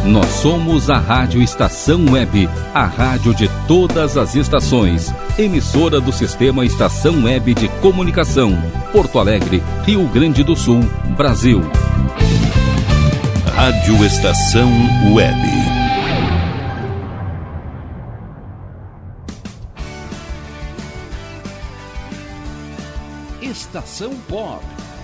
Nós somos a Rádio Estação Web, a rádio de todas as estações. Emissora do Sistema Estação Web de Comunicação. Porto Alegre, Rio Grande do Sul, Brasil. Rádio Estação Web. Estação Pop.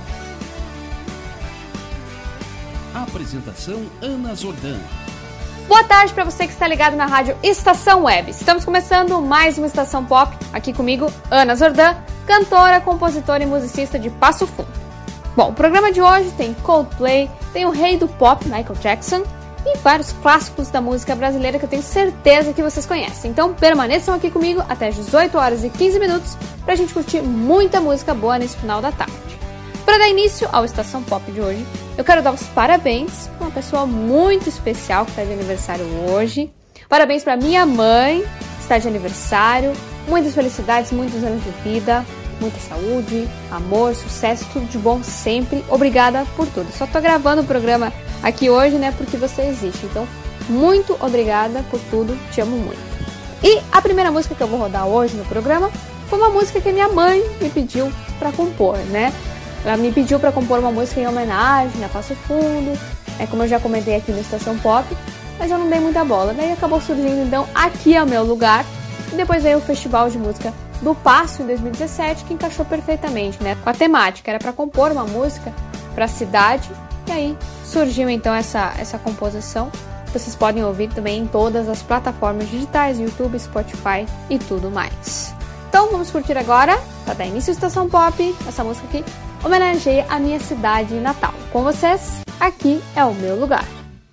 Apresentação Ana Zordan. Boa tarde para você que está ligado na rádio Estação Web. Estamos começando mais uma Estação Pop. Aqui comigo, Ana Zordan, cantora, compositora e musicista de Passo Fundo. Bom, o programa de hoje tem Coldplay, tem o rei do pop, Michael Jackson, e vários clássicos da música brasileira que eu tenho certeza que vocês conhecem. Então permaneçam aqui comigo até as 18 horas e 15 minutos para a gente curtir muita música boa nesse final da tarde. Para dar início ao Estação Pop de hoje, eu quero dar os parabéns para uma pessoa muito especial que está de aniversário hoje. Parabéns para minha mãe, que está de aniversário. Muitas felicidades, muitos anos de vida, muita saúde, amor, sucesso, tudo de bom sempre. Obrigada por tudo. Só estou gravando o programa aqui hoje, né, porque você existe. Então, muito obrigada por tudo. Te amo muito. E a primeira música que eu vou rodar hoje no programa foi uma música que a minha mãe me pediu para compor, né? Ela me pediu para compor uma música em homenagem a Passo Fundo, como eu já comentei aqui no Estação Pop, mas eu não dei muita bola. Daí acabou surgindo, então, Aqui é o Meu Lugar, e depois veio o Festival de Música do Passo, em 2017, que encaixou perfeitamente, né, com a temática. Era para compor uma música para a cidade, e aí surgiu, então, essa composição. Vocês podem ouvir também em todas as plataformas digitais, YouTube, Spotify e tudo mais. Então, vamos curtir agora, para dar início à Estação Pop, essa música aqui, homenageia a minha cidade natal. Com vocês, Aqui é o Meu Lugar.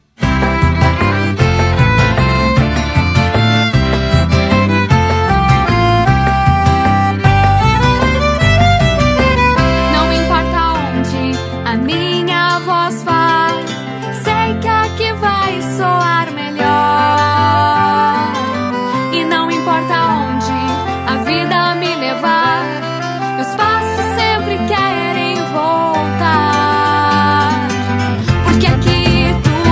Não importa onde a minha voz vai, sei que aqui vai soar melhor. E não importa onde a vida me levar, meus passos sempre querem voltar. Porque aqui tudo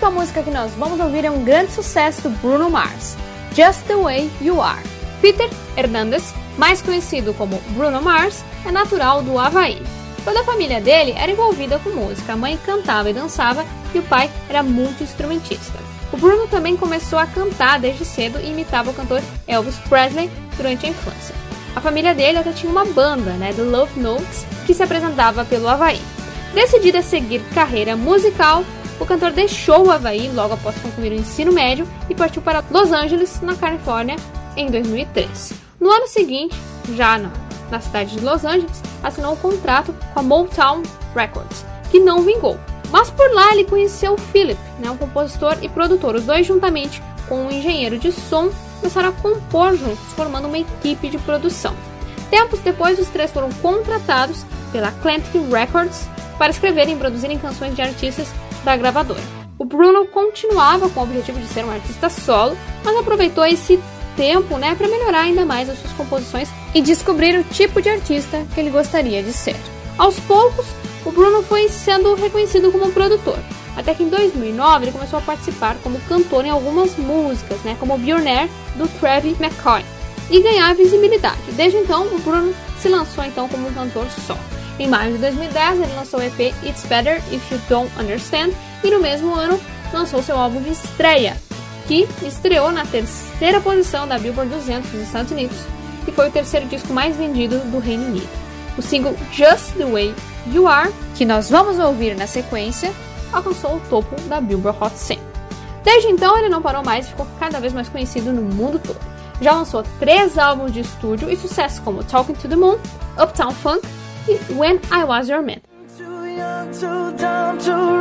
próxima música que nós vamos ouvir é um grande sucesso do Bruno Mars, Just the Way You Are. Peter Hernandez, mais conhecido como Bruno Mars, é natural do Havaí. Toda a família dele era envolvida com música, a mãe cantava e dançava e o pai era multi-instrumentista. O Bruno também começou a cantar desde cedo e imitava o cantor Elvis Presley durante a infância. A família dele até tinha uma banda, The Love Notes, que se apresentava pelo Havaí. Decidido a seguir carreira musical, o cantor deixou o Havaí logo após concluir o ensino médio e partiu para Los Angeles, na Califórnia, em 2003. No ano seguinte, já na cidade de Los Angeles, assinou um contrato com a Motown Records, que não vingou. Mas por lá ele conheceu o Philip, um compositor e produtor. Os dois, juntamente com um engenheiro de som, começaram a compor juntos, formando uma equipe de produção. Tempos depois, os três foram contratados pela Atlantic Records para escreverem e produzirem canções de artistas da gravadora. O Bruno continuava com o objetivo de ser um artista solo, mas aproveitou esse tempo para melhorar ainda mais as suas composições e descobrir o tipo de artista que ele gostaria de ser. Aos poucos, o Bruno foi sendo reconhecido como produtor, até que em 2009 ele começou a participar como cantor em algumas músicas, como Billionaire, do Travis McCoy, e ganhar visibilidade. Desde então, o Bruno se lançou como um cantor só. Em maio de 2010, ele lançou o EP It's Better If You Don't Understand e no mesmo ano lançou seu álbum de estreia, que estreou na terceira posição da Billboard 200 dos Estados Unidos e foi o terceiro disco mais vendido do Reino Unido. O single Just the Way You Are, que nós vamos ouvir na sequência, alcançou o topo da Billboard Hot 100. Desde então, ele não parou mais e ficou cada vez mais conhecido no mundo todo. Já lançou 3 álbuns de estúdio e sucessos como Talking to the Moon, Uptown Funk e When I Was Your Man. Too young, too dumb to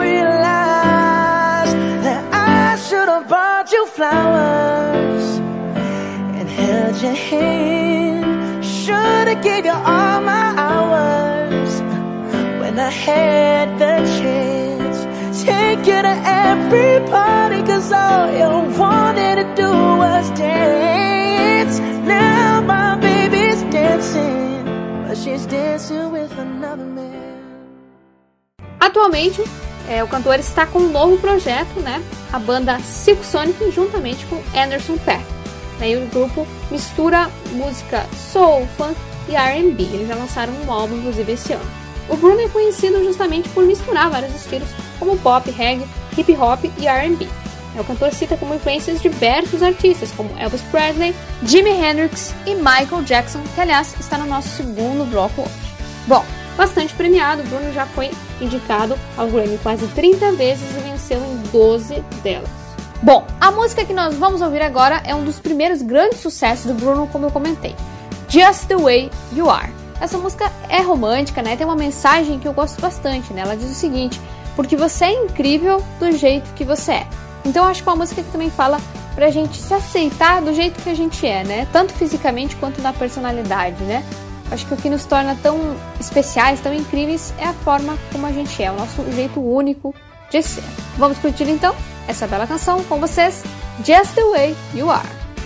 realize that I should have bought you flowers and held your hand. Should have gave you all my hours when I had the chance. Take you to every party, cause all you wanted to do was dance. Now my baby's dancing, but she's dancing with another man. Atualmente, o cantor está com um novo projeto, a banda Silk Sonic, juntamente com Anderson .Paak. E o grupo mistura música soul, funk e R&B. Eles já lançaram um álbum, inclusive, esse ano. O Bruno é conhecido justamente por misturar vários estilos, como pop, reggae, hip hop e R&B. O cantor cita como influências diversos artistas, como Elvis Presley, Jimi Hendrix e Michael Jackson, que, aliás, está no nosso segundo bloco hoje. Bom, bastante premiado, o Bruno já foi indicado ao Grammy quase 30 vezes e venceu em 12 delas. Bom, a música que nós vamos ouvir agora é um dos primeiros grandes sucessos do Bruno, como eu comentei, Just the Way You Are. Essa música é romântica, tem uma mensagem que eu gosto bastante, Ela diz o seguinte: porque você é incrível do jeito que você é. Então eu acho que é uma música que também fala pra gente se aceitar do jeito que a gente é, tanto fisicamente quanto na personalidade, Acho que o que nos torna tão especiais, tão incríveis, é a forma como a gente é, o nosso jeito único de ser. Vamos curtir então essa bela canção com vocês, Just the Way You Are.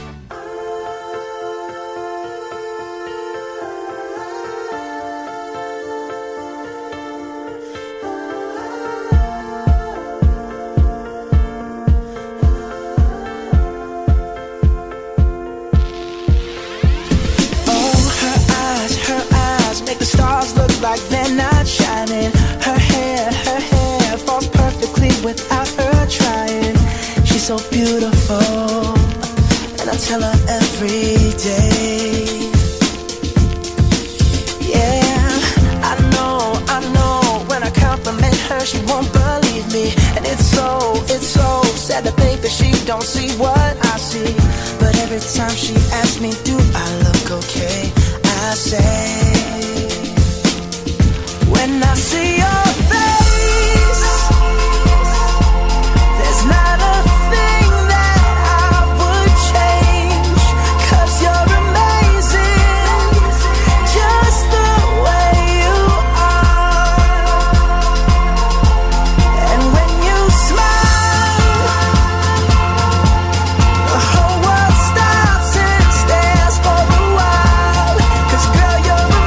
Like they're not shining. Her hair falls perfectly without her trying. She's so beautiful, and I tell her every day. Yeah, I know. When I compliment her, she won't believe me, and it's so sad to think that she don't see what I see. But every time she asks me, do I look okay? I say, when I see your face, there's not a thing that I would change, 'cause you're amazing, just the way you are. And when you smile, the whole world stops and stares for a while, 'cause girl, you're amazing.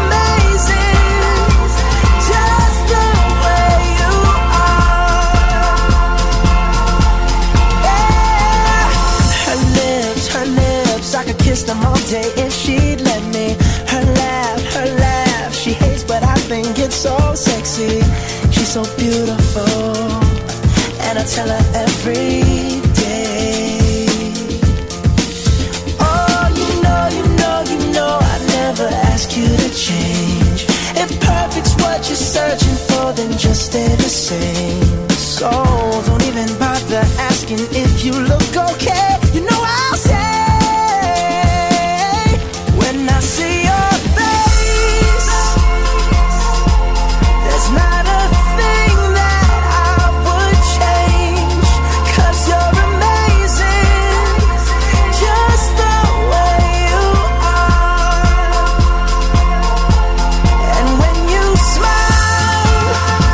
time all day if she'd let me. Her laugh, she hates but I think it's so sexy. She's so beautiful, and I tell her every day. Oh, you know I never ask you to change. If perfect's what you're searching for, then just stay the same. So don't even bother asking if you look okay. You know I'll say, when I see your face, there's not a thing that I would change. 'Cause you're amazing, just the way you are. And when you smile,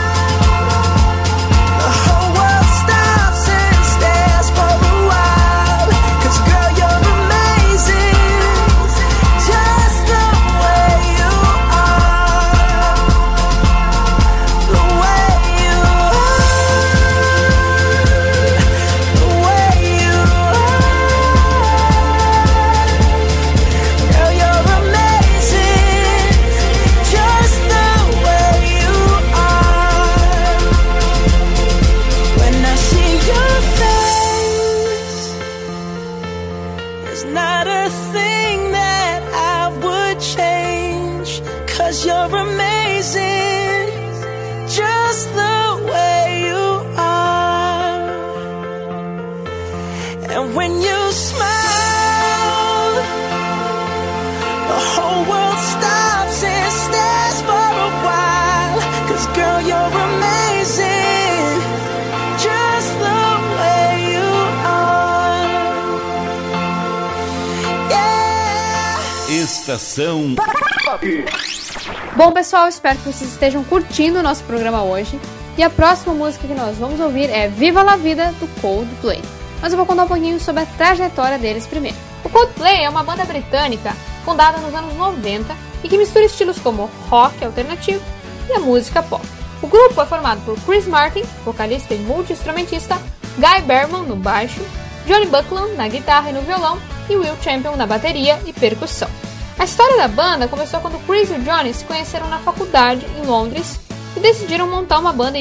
the whole world stops and stares for a while. 'Cause girl, you're amazing, just the way you are. The way you are. The way you are. Girl, you're amazing, just the way you are. When I see your face, there's not a thing that I would change. 'Cause you're amazing, just the way you are. And when you smile, the whole world stops and stares for a while. 'Cause girl, you're amazing, just the way you are. Yeah. Estação Bom, pessoal, espero que vocês estejam curtindo o nosso programa hoje. E a próxima música que nós vamos ouvir é Viva la Vida, do Coldplay. Mas eu vou contar um pouquinho sobre a trajetória deles primeiro. O Coldplay é uma banda britânica fundada nos anos 90 e que mistura estilos como rock alternativo e a música pop. O grupo é formado por Chris Martin, vocalista e multi-instrumentista, Guy Berman no baixo, Johnny Buckland na guitarra e no violão e Will Champion na bateria e percussão. A história da banda começou quando Chris e o Johnny se conheceram na faculdade em Londres e decidiram montar uma banda em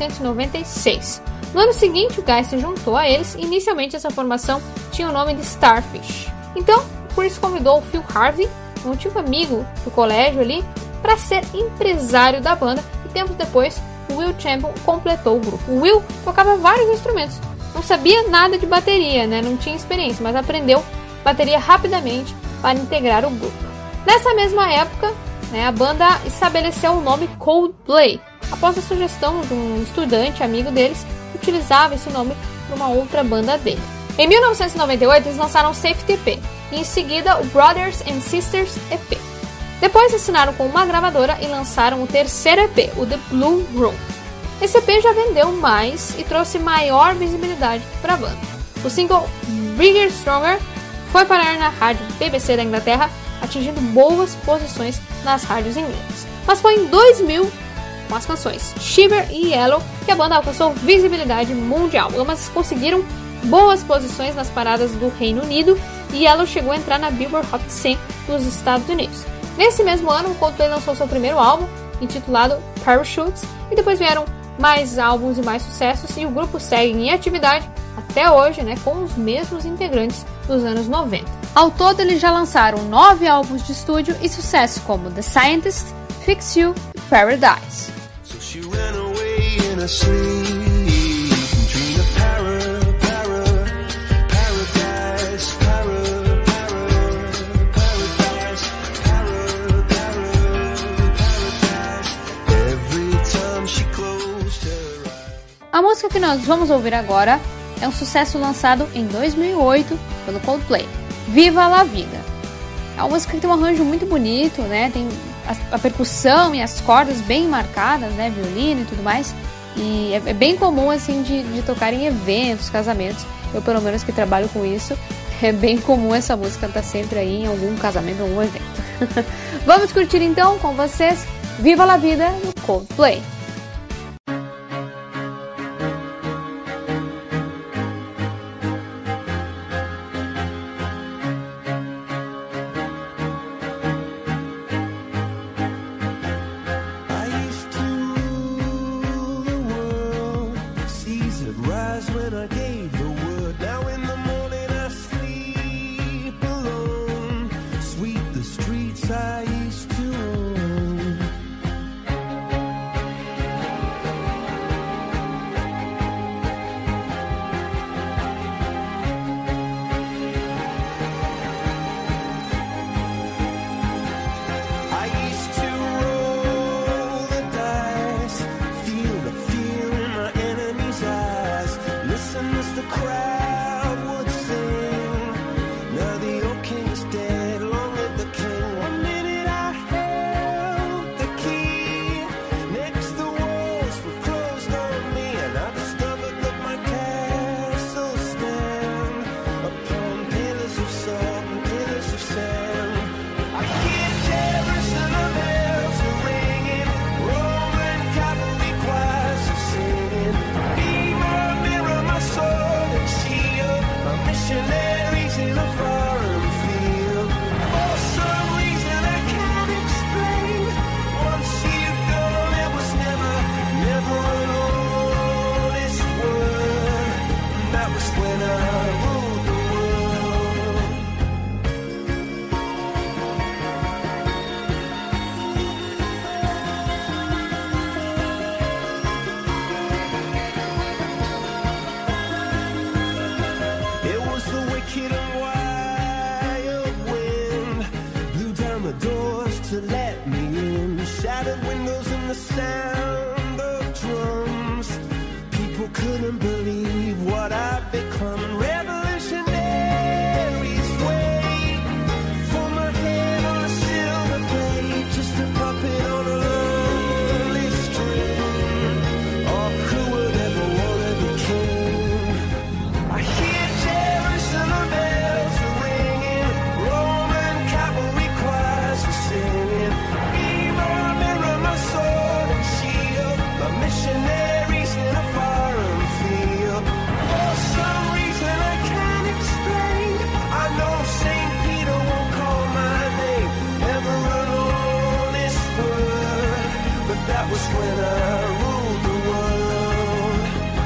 1996. No ano seguinte, o Guy se juntou a eles e inicialmente essa formação tinha o nome de Starfish. Então, o Chris convidou o Phil Harvey, um antigo amigo do colégio ali, para ser empresário da banda e tempos depois o Will Champion completou o grupo. O Will tocava vários instrumentos, não sabia nada de bateria, não tinha experiência, mas aprendeu bateria rapidamente para integrar o grupo. Nessa mesma época, a banda estabeleceu o nome Coldplay, após a sugestão de um estudante amigo deles que utilizava esse nome para uma outra banda dele. Em 1998, eles lançaram o Safety EP e em seguida o Brothers and Sisters EP. Depois assinaram com uma gravadora e lançaram o terceiro EP, o The Blue Room. Esse EP já vendeu mais e trouxe maior visibilidade para a banda. O single Bigger Stronger foi parar na rádio BBC da Inglaterra, atingindo boas posições nas rádios inglesas. Mas foi em 2000, com as canções Shiver e Yellow, que a banda alcançou visibilidade mundial. Ambas conseguiram boas posições nas paradas do Reino Unido e Yellow chegou a entrar na Billboard Hot 100 dos Estados Unidos. Nesse mesmo ano, o Coldplay lançou seu primeiro álbum, intitulado Parachutes, e depois vieram mais álbuns e mais sucessos, e o grupo segue em atividade até hoje, com os mesmos integrantes dos anos 90. Ao todo, eles já lançaram 9 álbuns de estúdio e sucessos como The Scientist, Fix You e Paradise. So she ran away in a sleep, dream of paradise, every time she closed her eyes. A música que nós vamos ouvir agora é um sucesso lançado em 2008 pelo Coldplay, Viva la Vida. É uma música que tem um arranjo muito bonito, tem a percussão e as cordas bem marcadas, violino e tudo mais. E é bem comum assim de tocar em eventos, casamentos. Eu, pelo menos, que trabalho com isso, é bem comum essa música estar sempre aí em algum casamento, em algum evento. Vamos curtir então com vocês Viva la Vida do Coldplay. streets I used to own. I used to roll the dice, feel the fear in my enemy's eyes, listen as the crowd would sing. Now the old king is dead, long live the king. One minute I held the key, next the walls were closed on me, and I discovered that my castle stand upon pillars of salt and pillars of sand. I hear Jerusalem bells are ringing, Roman cavalry choirs are singing. Be my mirror, my sword and shield, my missionaries in a foreign field. For some reason I can't explain, once you've gone it was never an honest word. That was when I ruled the world. It was the wicked and wild wind, blew down the doors to let me in, shattered windows and the sound of drums. People couldn't believe what I'd become. Revolutionaries wait for my head on a silver plate, just a puppet on a lonely string. Oh, who would ever want to be king? I hear Jerusalem bells are ringing, Roman cavalry choirs are singing. Be my mirror, my sword and shield, my missionaries in a foreign field. For some reason I can't explain, I know St. Peter won't call my name, never an honest word, but that was when I ruled the world.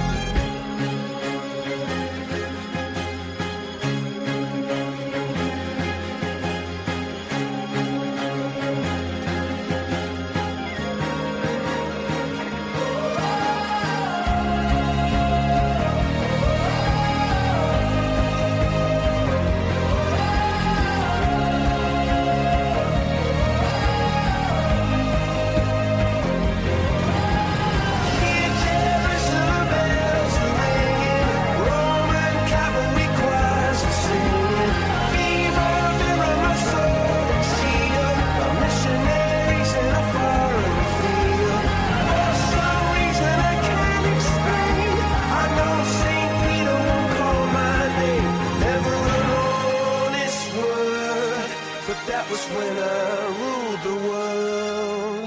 Hear Jerusalem bells are ringing, Roman cavalry choirs are singing. Be my mirror, my sword and shield, my missionaries in a foreign field. For some reason I can't explain, I know St. Peter won't call my name, never an honest word, but that was when I ruled the world.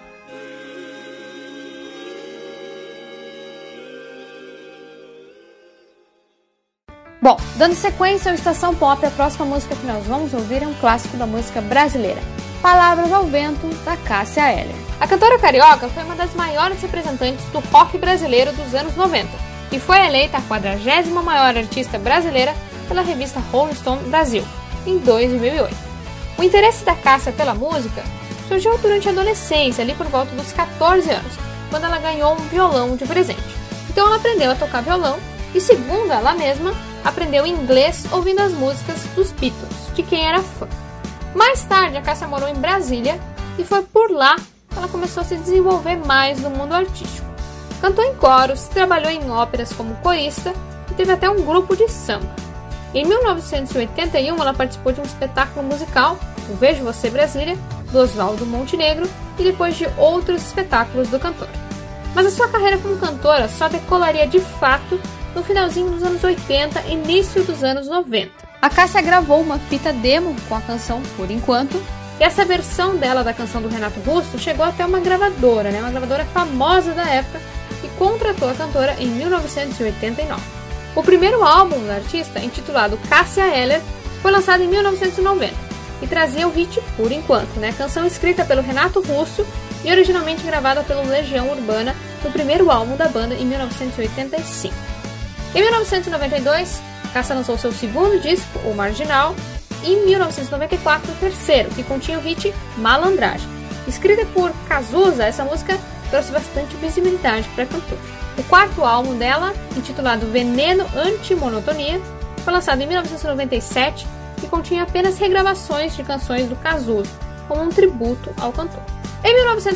Bom, dando sequência ao Estação Pop, a próxima música que nós vamos ouvir é um clássico da música brasileira, Palavras ao Vento, da Cássia Eller. A cantora carioca foi uma das maiores representantes do rock brasileiro dos anos 90 e foi eleita a 40ª maior artista brasileira pela revista Rolling Stone Brasil, em 2008. O interesse da Cássia pela música surgiu durante a adolescência, ali por volta dos 14 anos, quando ela ganhou um violão de presente. Então ela aprendeu a tocar violão e, segundo ela mesma, aprendeu inglês ouvindo as músicas dos Beatles, de quem era fã. Mais tarde, a Cássia morou em Brasília e foi por lá que ela começou a se desenvolver mais no mundo artístico. Cantou em coros, trabalhou em óperas como corista e teve até um grupo de samba. Em 1981, ela participou de um espetáculo musical, O Vejo Você Brasília, do Oswaldo Montenegro, e depois de outros espetáculos do cantor. Mas a sua carreira como cantora só decolaria de fato no finalzinho dos anos 80 e início dos anos 90. A Cássia gravou uma fita demo com a canção Por Enquanto, e essa versão dela da canção do Renato Russo chegou até uma gravadora, uma gravadora famosa da época, e contratou a cantora em 1989. O primeiro álbum da artista, intitulado Cássia Eller, foi lançado em 1990 e trazia o hit Por Enquanto, canção escrita pelo Renato Russo e originalmente gravada pelo Legião Urbana no primeiro álbum da banda em 1985. Em 1992, Cássia lançou seu segundo disco, O Marginal, e em 1994 o terceiro, que continha o hit Malandragem. Escrita por Cazuza, essa música trouxe bastante visibilidade para a cantora. O quarto álbum dela, intitulado Veneno Antimonotonia, foi lançado em 1997 e continha apenas regravações de canções do Cazuza, como um tributo ao cantor. Em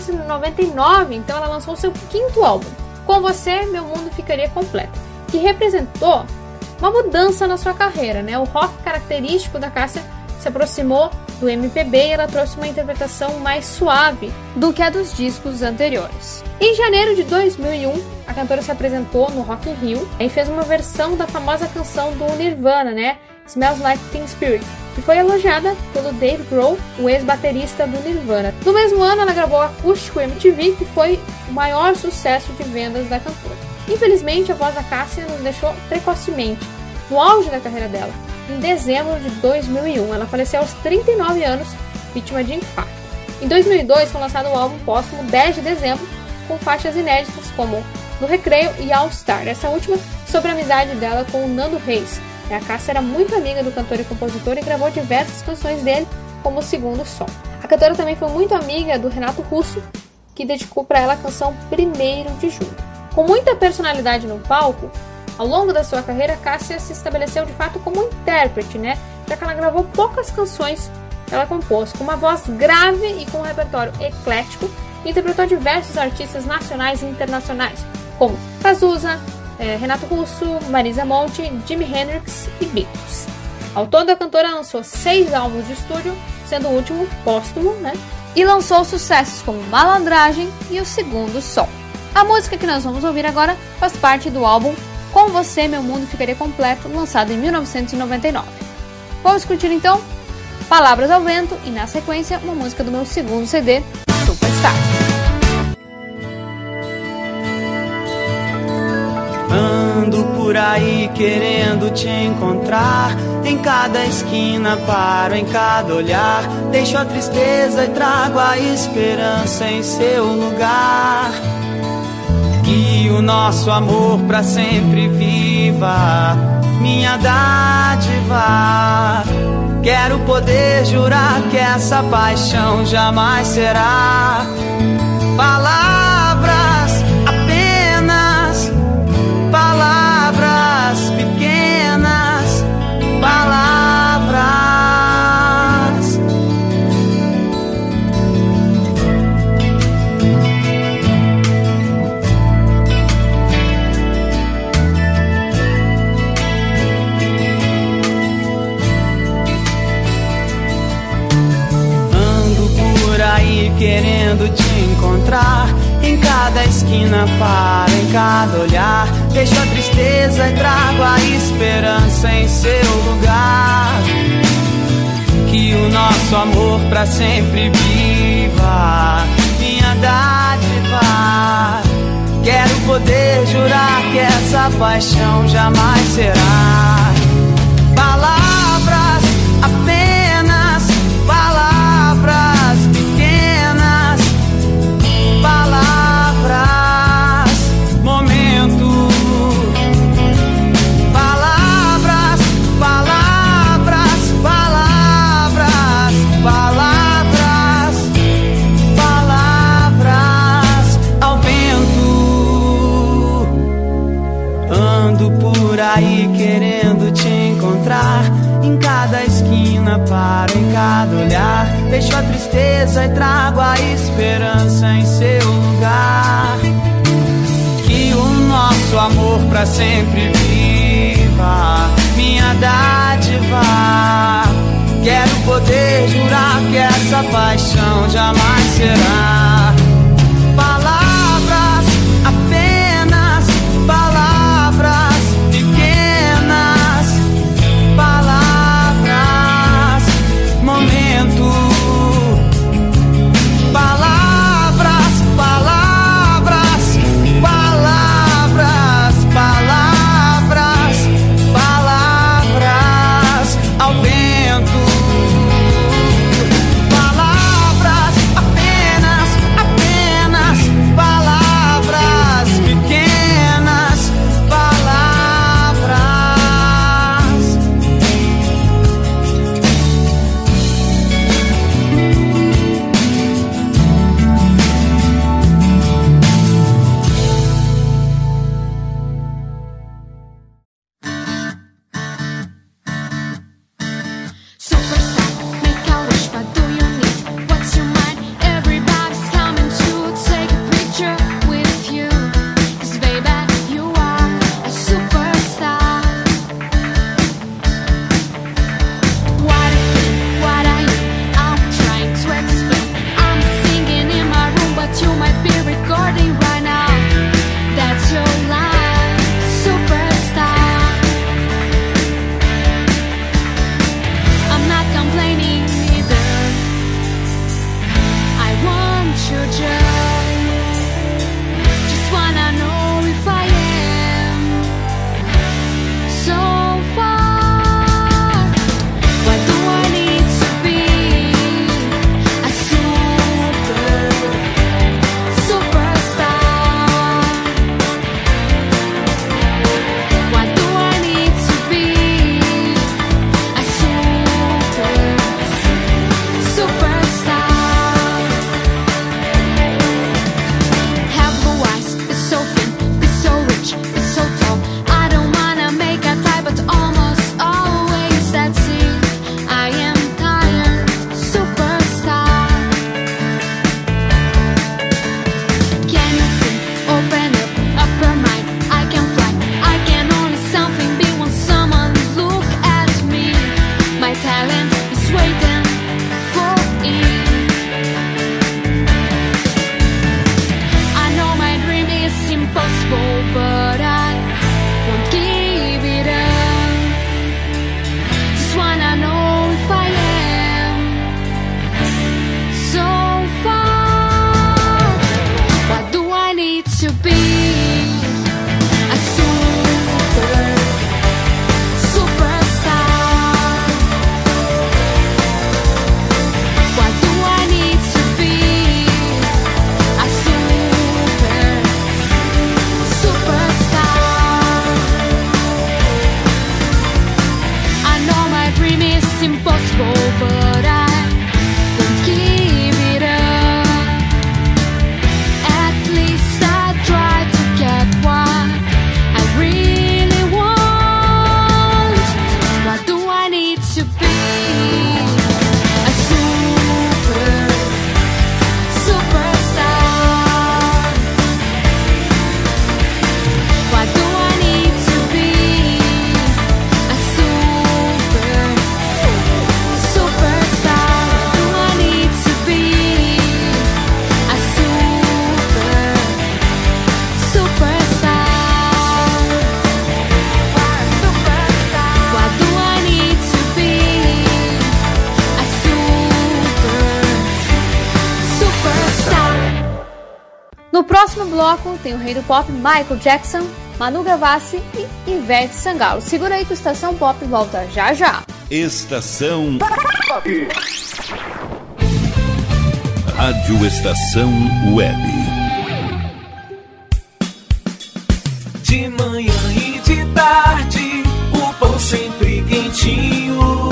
1999, então, ela lançou seu quinto álbum, Com Você, Meu Mundo Ficaria Completo, que representou uma mudança na sua carreira, né? O rock característico da Cássia se aproximou do MPB e ela trouxe uma interpretação mais suave do que a dos discos anteriores. Em janeiro de 2001, a cantora se apresentou no Rock in Rio e fez uma versão da famosa canção do Nirvana, né? Smells Like Teen Spirit, que foi elogiada pelo Dave Grohl, o ex-baterista do Nirvana. No mesmo ano, ela gravou Acústico MTV, que foi o maior sucesso de vendas da cantora. Infelizmente, a voz da Cássia nos deixou precocemente, no auge da carreira dela, em dezembro de 2001. Ela faleceu aos 39 anos, vítima de infarto. Em 2002, foi lançado o álbum póstumo 10 de dezembro, com faixas inéditas como No Recreio e All Star, essa última sobre a amizade dela com o Nando Reis. A Cássia era muito amiga do cantor e compositor e gravou diversas canções dele, como O Segundo Sol. A cantora também foi muito amiga do Renato Russo, que dedicou para ela a canção 1º de Julho. Com muita personalidade no palco, ao longo da sua carreira, Cássia se estabeleceu de fato como intérprete, né? Já que ela gravou poucas canções que ela compôs, com uma voz grave e com um repertório eclético, e interpretou diversos artistas nacionais e internacionais, como Cazuza, Renato Russo, Marisa Monte, Jimi Hendrix e Beatles. Ao todo, a cantora lançou 6 álbuns de estúdio, sendo o último póstumo, né? E lançou sucessos como Malandragem e O Segundo Sol. A música que nós vamos ouvir agora faz parte do álbum Com Você, Meu Mundo Ficaria Completo, lançado em 1999. Vamos curtir então Palavras ao Vento e, na sequência, uma música do meu segundo CD, Superstar. Ando por aí querendo te encontrar, em cada esquina paro, em cada olhar, deixo a tristeza e trago a esperança em seu lugar. Que o nosso amor pra sempre viva, minha dádiva. Quero poder jurar que essa paixão jamais será palavras, apenas palavras pequenas, palavras. Querendo te encontrar, em cada esquina paro, em cada olhar, deixo a tristeza e trago a esperança em seu lugar. Que o nosso amor pra sempre viva, minha dádiva. Quero poder jurar que essa paixão jamais será palavras, apenas palavras pequenas, palavras, momento, palavras, palavras, palavras, palavras, palavras ao vento. Ando por aí querendo te encontrar, em cada esquina paro, em cada olhar, deixo a tristeza e trago a esperança em seu lugar. Que o nosso amor pra sempre viva, minha dádiva. Quero poder jurar que essa paixão jamais será palavras, apenas palavras pequenas, palavras, momento, palavras, palavras, palavras, palavras, palavras ao vento, palavras, apenas, No próximo bloco tem o rei do pop, Michael Jackson, Manu Gavassi e Ivete Sangalo. Segura aí que o Estação Pop volta já já. Estação Pop. Rádio Estação Web. De manhã e de tarde, o pão sempre quentinho.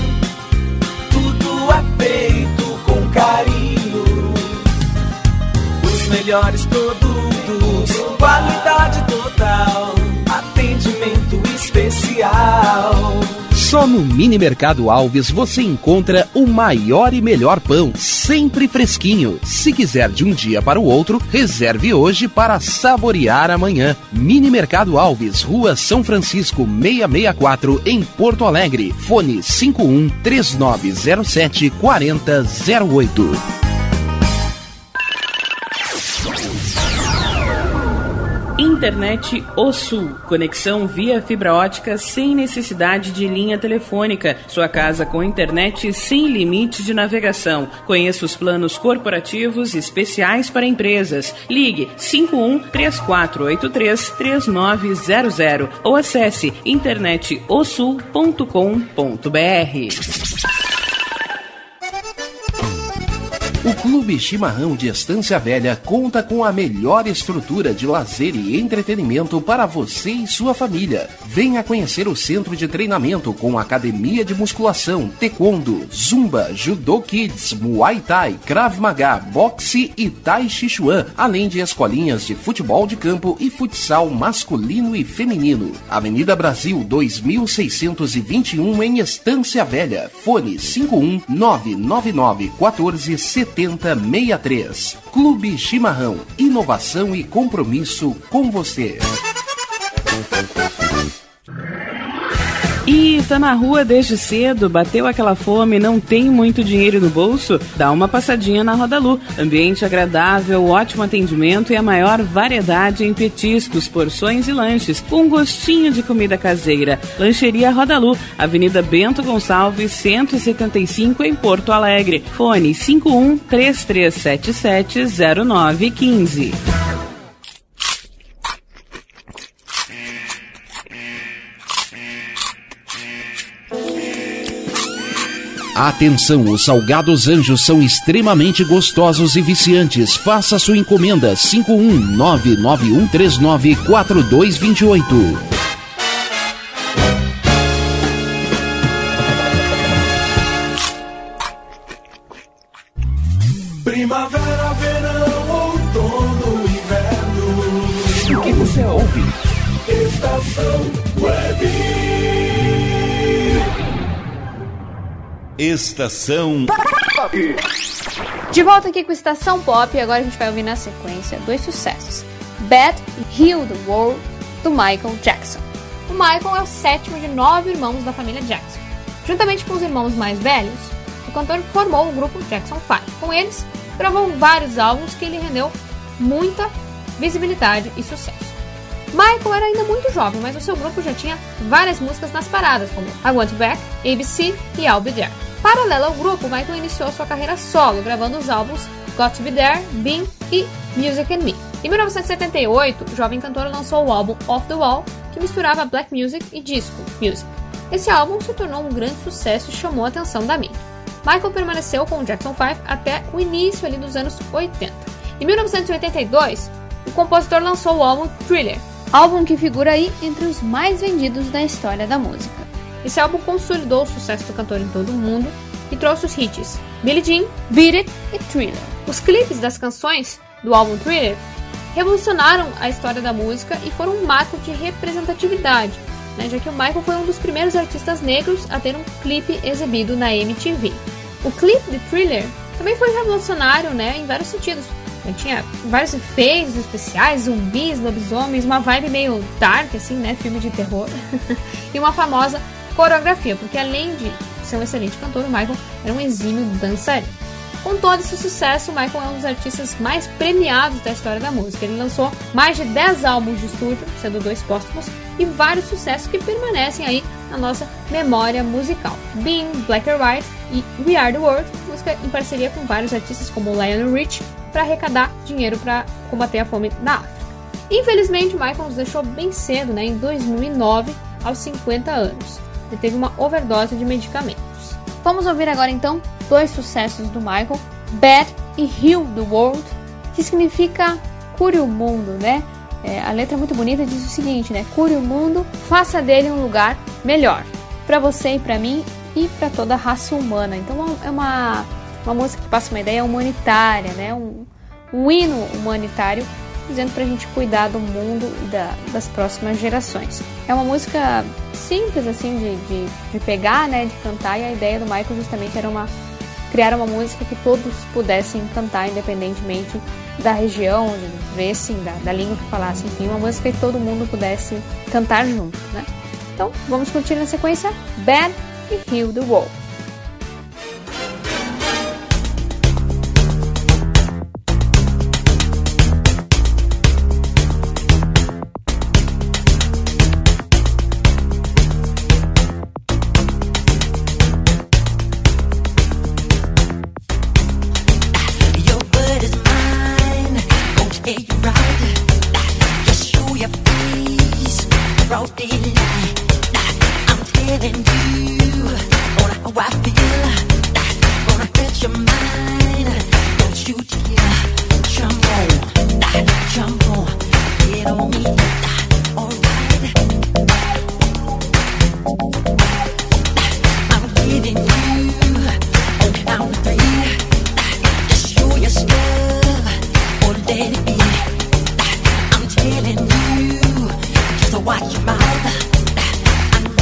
Tudo é feito com carinho. Os melhores produtos, qualidade total, atendimento especial. Só no Mini Mercado Alves você encontra o maior e melhor pão, sempre fresquinho. Se quiser de um dia para o outro, reserve hoje para saborear amanhã. Mini Mercado Alves, Rua São Francisco 664, em Porto Alegre. Fone 51 3907 4008. Internet O Sul. Conexão via fibra ótica sem necessidade de linha telefônica. Sua casa com internet sem limite de navegação. Conheça os planos corporativos especiais para empresas. Ligue 51-3483-3900 ou acesse internetosul.com.br. O Clube Chimarrão de Estância Velha conta com a melhor estrutura de lazer e entretenimento para você e sua família. Venha conhecer o centro de treinamento com academia de musculação, taekwondo, zumba, judô kids, muay thai, krav maga, boxe e tai chi chuan, além de escolinhas de futebol de campo e futsal masculino e feminino. Avenida Brasil 2621 em Estância Velha. Fone 51 999 14 7063. Clube Chimarrão, inovação e compromisso com você. E tá na rua desde cedo, bateu aquela fome, não tem muito dinheiro no bolso? Dá uma passadinha na Rodalu. Ambiente agradável, ótimo atendimento e a maior variedade em petiscos, porções e lanches, com gostinho de comida caseira. Lancheria Rodalu, Avenida Bento Gonçalves, 175 em Porto Alegre. Fone 51-3377-0915. Atenção, os salgados Anjos são extremamente gostosos e viciantes. Faça sua encomenda 51991394228. Primavera, verão, outono, inverno. O que você ouve? Estação Web. Estação Pop. De volta aqui com Estação Pop, e agora a gente vai ouvir na sequência dois sucessos: Bad e Heal the World, do Michael Jackson. O Michael é o sétimo de 9 irmãos da família Jackson. Juntamente com os irmãos mais velhos, o cantor formou o grupo Jackson 5. Com eles, gravou vários álbuns que lhe rendeu muita visibilidade e sucesso. Michael era ainda muito jovem, mas o seu grupo já tinha várias músicas nas paradas, como I Want You Back, ABC e I'll Be There. Paralelo ao grupo, Michael iniciou sua carreira solo, gravando os álbuns Got to Be There, Being e Music and Me. Em 1978, o jovem cantor lançou o álbum Off the Wall, que misturava black music e disco music. Esse álbum se tornou um grande sucesso e chamou a atenção da mídia. Michael permaneceu com o Jackson 5 até o início ali dos anos 80. Em 1982, o compositor lançou o álbum Thriller, álbum que figura aí entre os mais vendidos da história da música. Esse álbum consolidou o sucesso do cantor em todo o mundo e trouxe os hits Billie Jean, Beat It e Thriller. Os clipes das canções do álbum Thriller revolucionaram a história da música e foram um marco de representatividade, já que o Michael foi um dos primeiros artistas negros a ter um clipe exibido na MTV. O clipe de Thriller também foi revolucionário, em vários sentidos. Tinha vários efeitos especiais, zumbis, lobisomens, uma vibe meio dark, assim, filme de terror, e uma famosa coreografia, porque além de ser um excelente cantor, o Michael era um exímio dançarino. Com todo esse sucesso, o Michael é um dos artistas mais premiados da história da música. Ele lançou mais de 10 álbuns de estúdio, sendo 2 póstumos, e vários sucessos que permanecem aí na nossa memória musical. Being, Black or White e We Are The World, música em parceria com vários artistas como Lionel Richie, para arrecadar dinheiro para combater a fome na África. Infelizmente, Michael nos deixou bem cedo, né, em 2009, aos 50 anos. Ele teve uma overdose de medicamentos. Vamos ouvir agora então 2 sucessos do Michael, Bad e Heal the World, que significa cure o mundo, né? A letra é muito bonita, diz o seguinte, né? Cure o mundo, faça dele um lugar melhor, para você e para mim e para toda a raça humana. Então é uma música que passa uma ideia humanitária, né? Um hino humanitário, dizendo pra gente cuidar do mundo e das próximas gerações. É uma música simples, assim, de pegar, né? De cantar, e a ideia do Michael justamente era criar uma música que todos pudessem cantar, independentemente da região, da língua que falasse, enfim, uma música que todo mundo pudesse cantar junto, né? Então, vamos curtir na sequência Bad e Heal the World.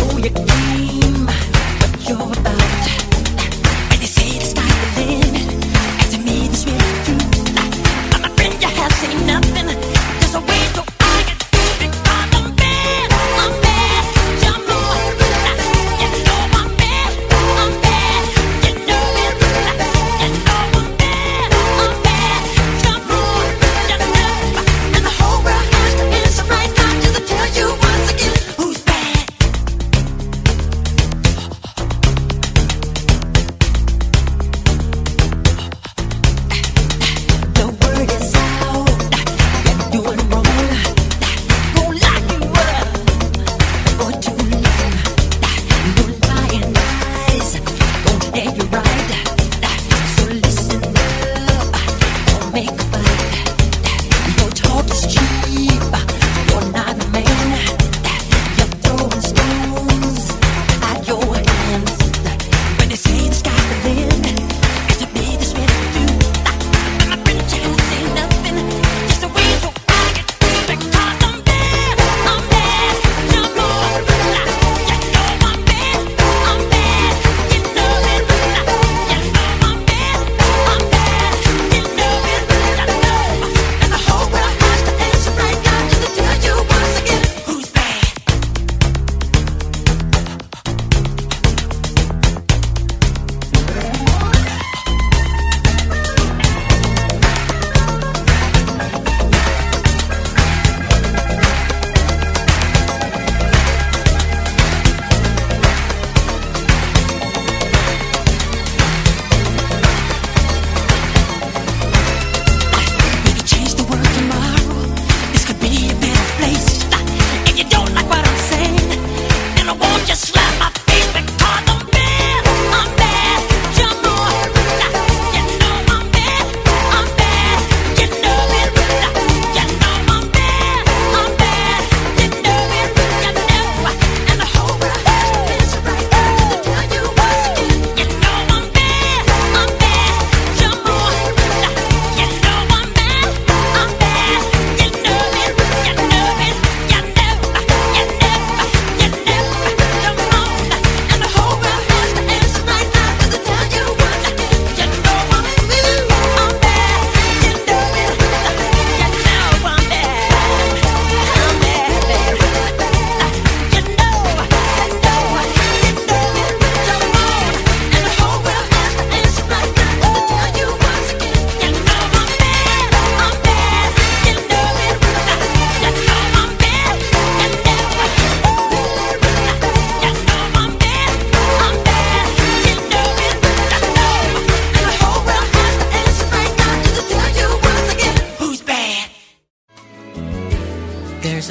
You're about, and they say it's not the limit.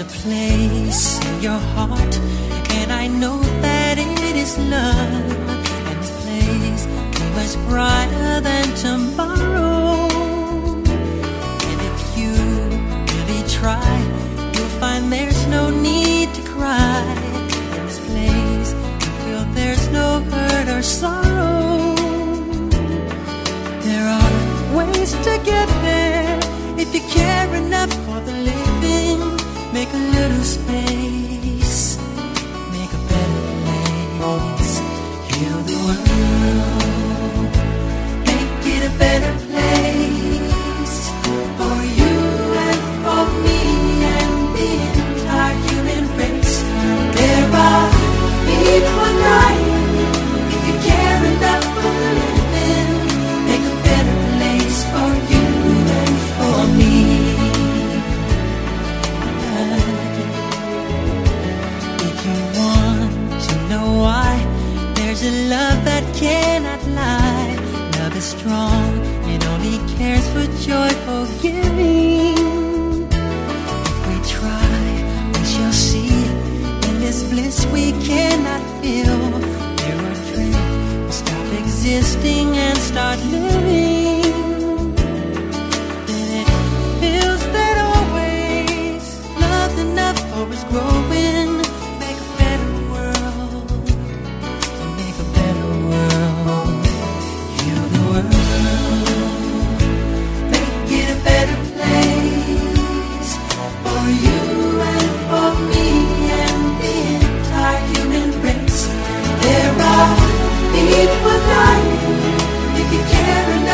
a place in your heart, and I know that it is love. And this place is much brighter than tomorrow. And if you really try, you'll find there's no need to cry. In this place, you feel there's no hurt or sorrow. There are ways to get there if you care enough for the living. Make a little space, make a better place. Heal the world, make it a better place for you and for me and the entire human race. There are people dying. If you care enough for the living, make a better place for you and for me. If you want to know why, there's a love that cannot lie. Love is strong, it only cares for joyful giving. If we try, we shall see. In this bliss we cannot feel. There are dreams, we stop existing and start living. Then it feels that always love's enough for us growing. Make a better world, to make a better world. Heal the world, make it a better place for you and for me and the entire human race. There are people dying. If you care enough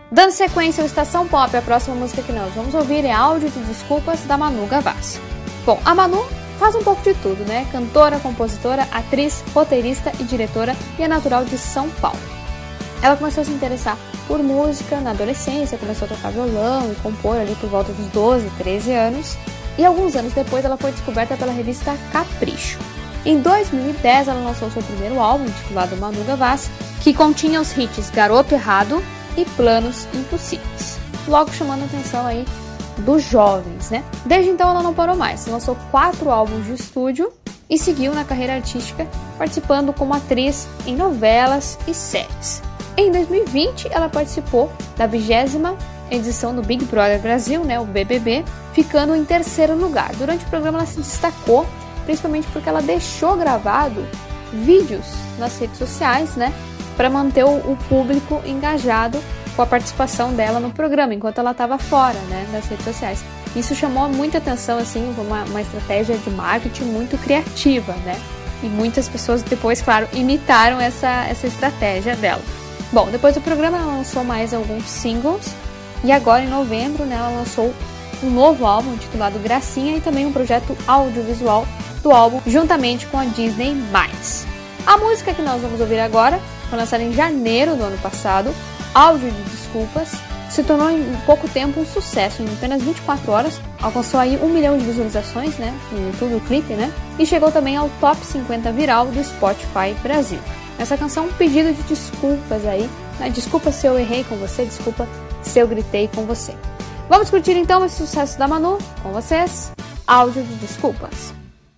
Dando sequência ao Estação Pop, a próxima música que nós vamos ouvir é Áudio de Desculpas, da Manu Gavassi. Bom, a Manu faz um pouco de tudo, né? Cantora, compositora, atriz, roteirista e diretora, e é natural de São Paulo. Ela começou a se interessar por música na adolescência, começou a tocar violão e compor ali por volta dos 12, 13 anos, e alguns anos depois ela foi descoberta pela revista Capricho. Em 2010 ela lançou seu primeiro álbum, intitulado Manu Gavassi, que continha os hits Garoto Errado e Planos Impossíveis, logo chamando a atenção aí dos jovens, né? Desde então ela não parou mais, lançou 4 álbuns de estúdio e seguiu na carreira artística, participando como atriz em novelas e séries. Em 2020 ela participou da 20ª edição do Big Brother Brasil, né, o BBB, ficando em 3º lugar. Durante o programa ela se destacou, principalmente porque ela deixou gravado vídeos nas redes sociais, né, para manter o público engajado com a participação dela no programa, enquanto ela estava fora, né, das redes sociais. Isso chamou muita atenção, assim, uma estratégia de marketing muito criativa, né? E muitas pessoas depois, claro, imitaram essa estratégia dela. Bom, depois do programa ela lançou mais alguns singles e agora em novembro, né, ela lançou um novo álbum intitulado Gracinha e também um projeto audiovisual do álbum juntamente com a Disney+. A música que nós vamos ouvir agora foi lançada em janeiro do ano passado, Áudio de Desculpas, se tornou em pouco tempo um sucesso. Em apenas 24 horas alcançou aí 1 milhão de visualizações, né, no YouTube, o clipe, né, e chegou também ao top 50 viral do Spotify Brasil. Essa canção é um pedido de desculpas aí, né? Desculpa se eu errei com você, desculpa se eu gritei com você. Vamos curtir então esse sucesso da Manu com vocês, Áudio de Desculpas.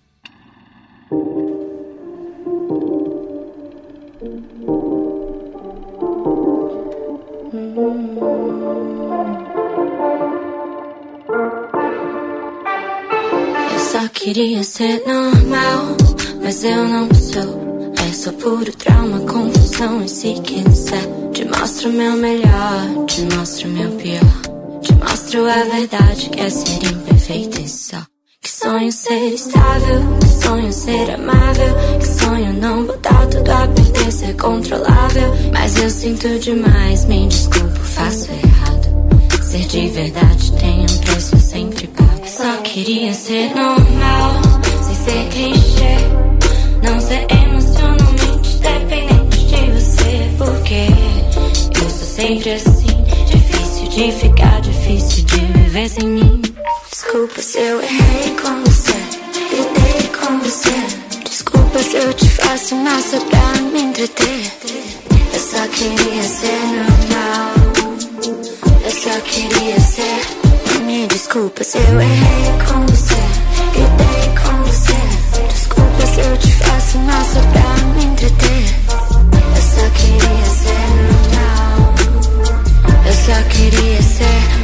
Eu só queria ser normal, mas eu não sou. É só puro trauma, confusão. E se quiser, te mostro o meu melhor, te mostro o meu pior, te mostro a verdade que é ser imperfeito e só. Que sonho ser estável, que sonho ser amável, que sonho não botar tudo a perder, ser controlável. Mas eu sinto demais, me desculpo, faço errado. Ser de verdade tem um preço, eu sempre pago. Só queria ser normal, sem ser clichê, não ser emocionalmente dependente de você. Porque eu sou sempre assim, difícil de ficar, difícil de viver sem mim. Desculpa se eu errei com você, gritei com você. Desculpa se eu te faço mal só pra me entreter. Eu só queria ser normal, eu só queria ser. Me desculpa se eu errei com você, gritei com você. Desculpa se eu te faço mal só pra me entreter. Eu só queria ser normal, eu só queria ser.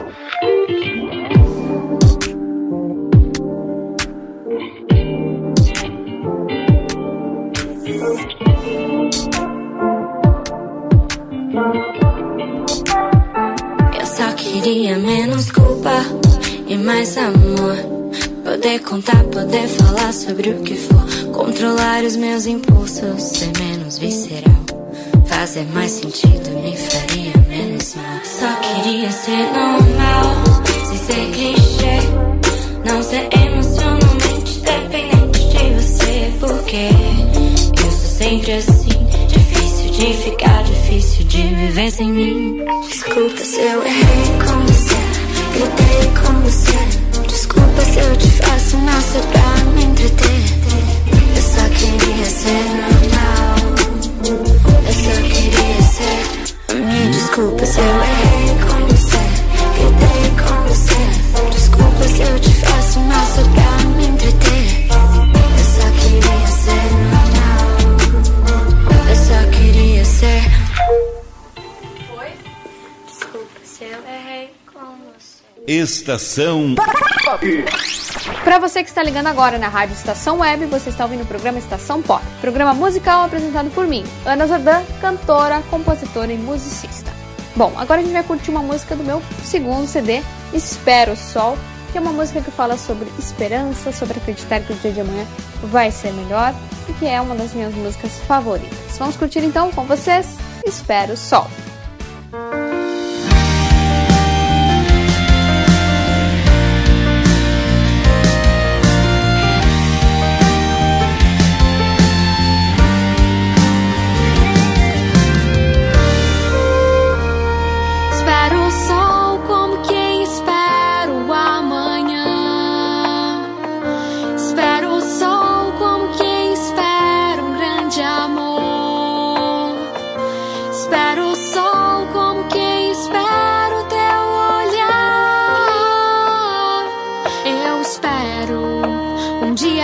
Eu só queria menos culpa e mais amor. Poder contar, poder falar sobre o que for. Controlar os meus impulsos, ser menos visceral. Fazer mais sentido me faria menos mal. Só queria ser normal, sem ser clichê, não ser emocionalmente dependente de você. Porque eu sou sempre assim, difícil de ficar, difícil de viver sem mim. Desculpa se eu errei com você, gritei com você. Desculpa se eu te faço mal só pra me entreter. Eu só queria ser normal, eu só queria ser. Me desculpa se eu errei com você, gritei com você. Desculpa se eu te faço mal só pra me entreter. Eu só queria ser normal, eu só queria ser. Desculpa se eu errei com você. Estação Pop. Para você que está ligando agora na Rádio Estação Web, você está ouvindo o programa Estação Pop, programa musical apresentado por mim, Ana Zordan, cantora, compositora e musicista. Bom, agora a gente vai curtir uma música do meu segundo CD, Espero o Sol, que é uma música que fala sobre esperança, sobre acreditar que o dia de amanhã vai ser melhor e que é uma das minhas músicas favoritas. Vamos curtir então com vocês, Espero o Sol.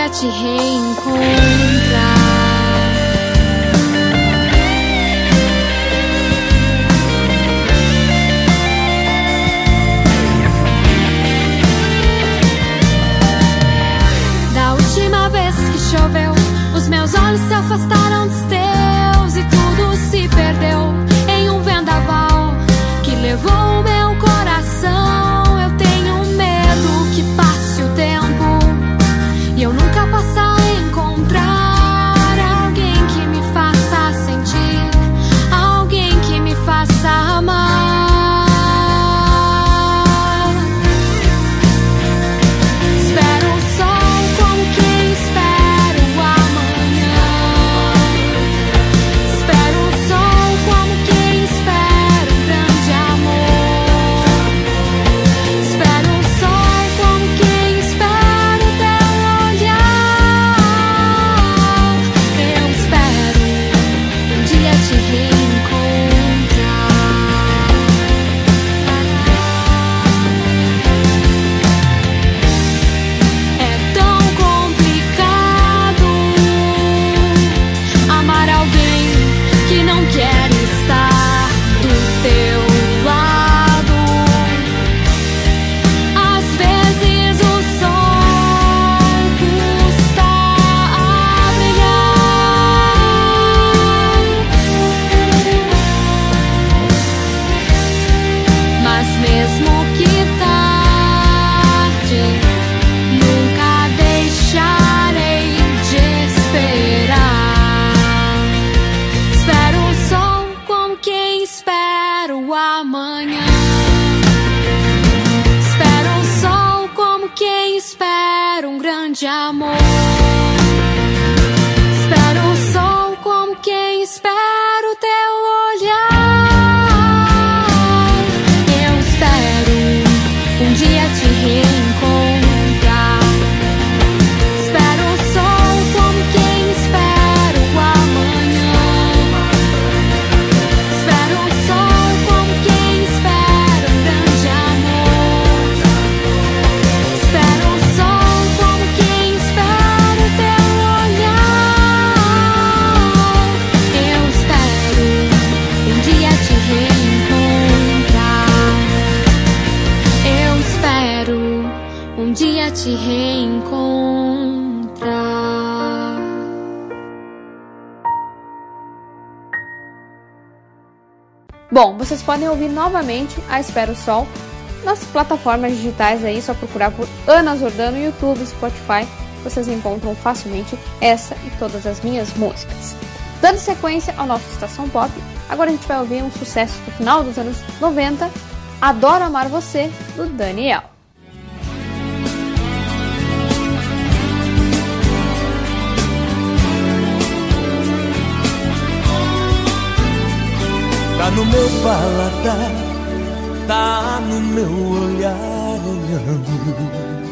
dia te reencontrar. Da última vez que choveu, os meus olhos se afastaram dos teus e tudo se perdeu em um vendaval que levou o meu coração. Eu tenho medo que passe o tempo e eu nunca possa encontrar alguém que me faça sentir, alguém que me faça amar. Espero o sol como quem espera o amanhã. Espero o sol como quem espera um grande amor. Espero o sol como quem espera o teu olhar. Eu espero um dia te reencontrar. É tão complicado amar alguém que não quer estar do teu lado. Às vezes o sol custa a brilhar, mas mesmo que tarde, nunca deixarei de esperar. Espero o sol como quem espera o amanhã. Espero o sol como quem espera um grande amor. Espero o sol como quem espera o teu olhar. Eu espero um dia te reencontrar. Espero o sol como quem espera o amanhã. Espero o sol como quem espera um grande amor. Espero o sol como quem espera o teu olhar. Eu espero um dia te reencontrar. Eu espero um dia te reencontrar. Bom, vocês podem ouvir novamente a Espero o Sol nas plataformas digitais aí, só procurar por Ana Zordan no YouTube, Spotify, vocês encontram facilmente essa e todas as minhas músicas. Dando sequência ao nosso Estação Pop, agora a gente vai ouvir um sucesso do final dos anos 90, Adoro Amar Você, do Daniel. Tá no meu paladar, tá no meu olhar olhando.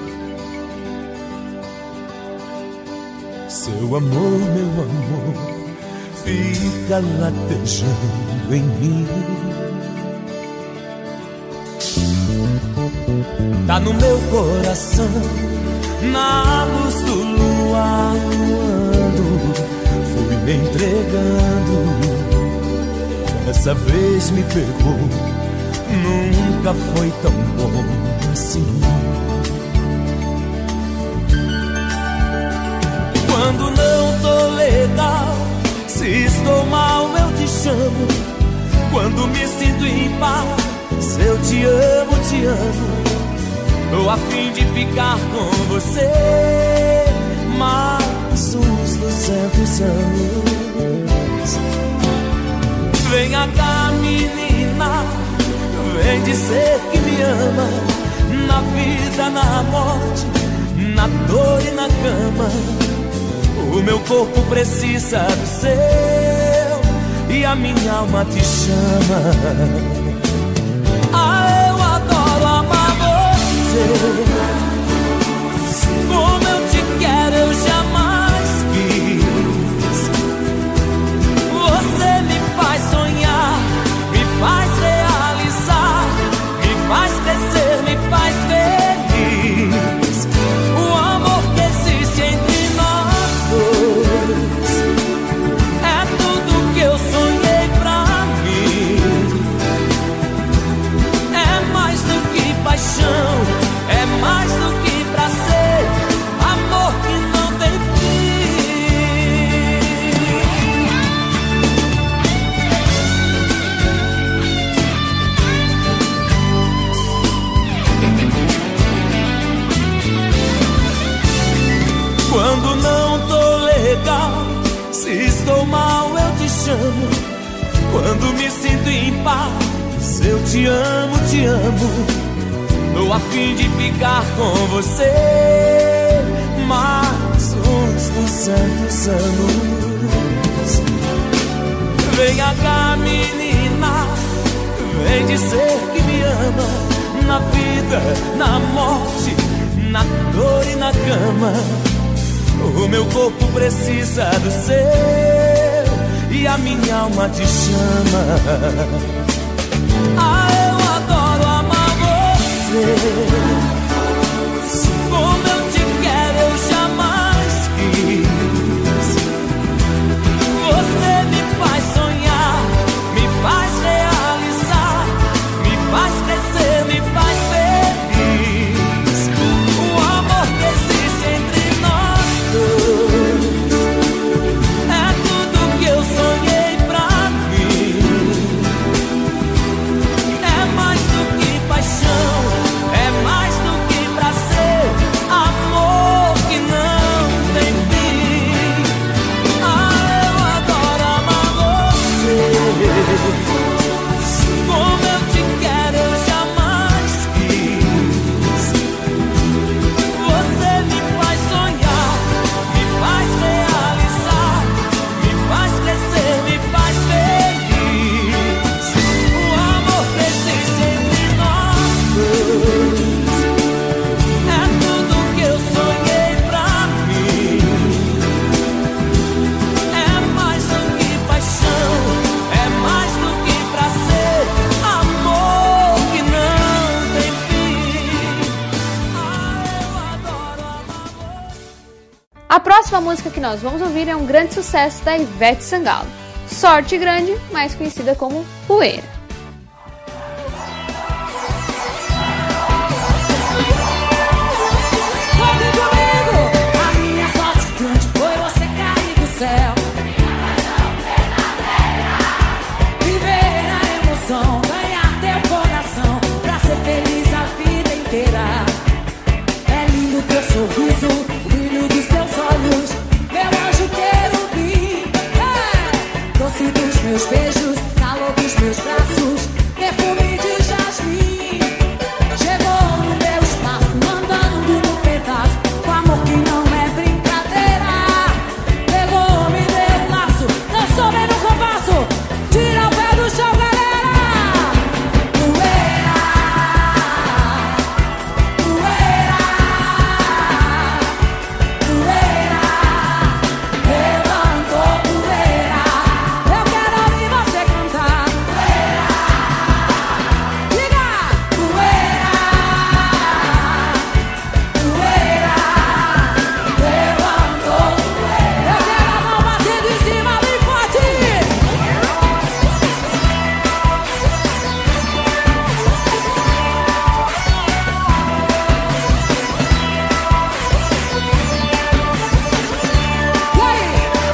Seu amor, meu amor, fica latejando em mim. Tá no meu coração, na luz do luar voando, fui me entregando. Dessa vez me pegou, nunca foi tão bom assim. Quando não tô legal, se estou mal eu te chamo. Quando me sinto em paz, eu te amo. Tô a fim de ficar com você mais uns 200 anos. Venha cá, menina, vem dizer que me ama. Na vida, na morte, na dor e na cama. O meu corpo precisa do seu e a minha alma te chama. Ah, eu adoro amar você. Como eu te quero, eu jamais quis. Você me faz sonhar, me faz realizar, me faz crescer, me faz feliz. O amor que existe entre amo. Quando me sinto em paz, eu te amo, te amo. Tô a fim de ficar com você mais uns 200 anos. Venha cá, menina, vem dizer que me ama. Na vida, na morte, na dor e na cama. O meu corpo precisa do seu e a minha alma te chama. Ah, eu adoro amar você. Como eu te quero, eu jamais quis. Você me faz sonhar, me faz realizar, me faz crescer, me faz feliz. O amor que existe entre nós dois é tudo que eu sonhei pra mim. É mais do que paixão, é mais do que prazer, amor que não tem fim. Ah, eu adoro amar você. Como eu te quero, eu jamais quis. Você me faz sonhar, me faz realizar, me faz crescer, me faz feliz. O amor que existe entre nós dois é tudo que eu sonhei pra mim. É mais do que paixão, é mais do que prazer, amor que não tem fim. Ah, eu adoro amar você. A próxima música que nós vamos ouvir é um grande sucesso da Ivete Sangalo. Sorte Grande, mais conhecida como Poeira. Conte comigo, a minha sorte grande foi você cair do céu. Viver a emoção, ganhar teu coração, pra ser feliz a vida inteira. É lindo teu sorriso, o brilho dos teus olhos, meu anjo querubim. Doce dos meus beijos, calor dos meus braços, perfume de jasmim. Chegou no meu espaço, andando no pedaço, com amor que não é brincadeira. Pegou, me deu um laço, dançou bem no compasso. Tira o pé do chão, galera. Poeira, poeira, poeira, levantou poeira. Eu quero ouvir você cantar. Diga! Poeira, poeira, levantou poeira. Eu quero a mão batendo em cima bem forte. E aí?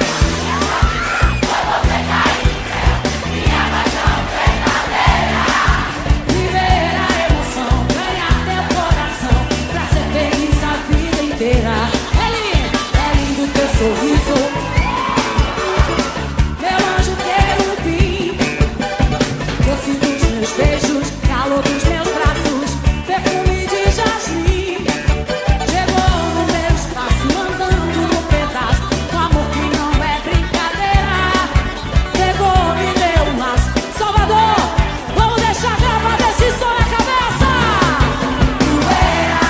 Viver a emoção, ganhar teu coração, pra ser feliz a vida inteira. É lindo teu sorriso, meu anjo querubim. Doce dos meus beijos, calor dos meus braços, perfume de jasmim. Chegou no meu espaço, andando no pedaço, com amor que não é brincadeira. Pegou, me deu um laço. Salvador, vamos deixar gravar desse som na cabeça. Poeira,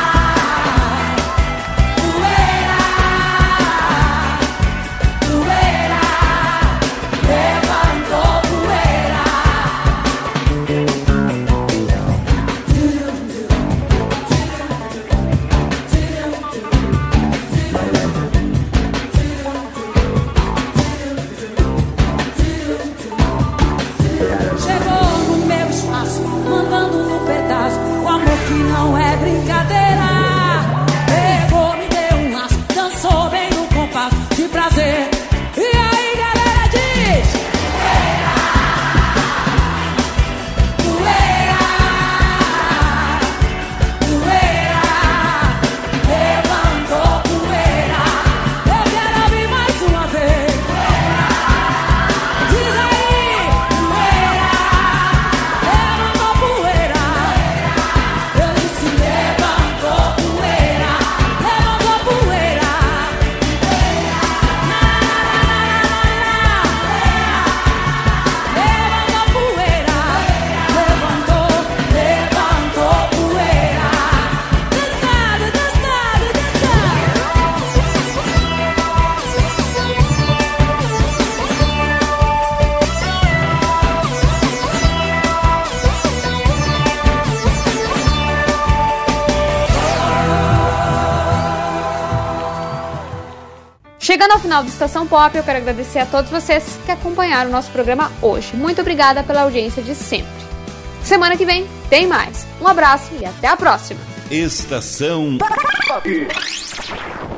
poeira, poeira, levantou poeira. Chegando ao final do Estação Pop, eu quero agradecer a todos vocês que acompanharam o nosso programa hoje. Muito obrigada pela audiência de sempre. Semana que vem tem mais. Um abraço e até a próxima. Estação Pop.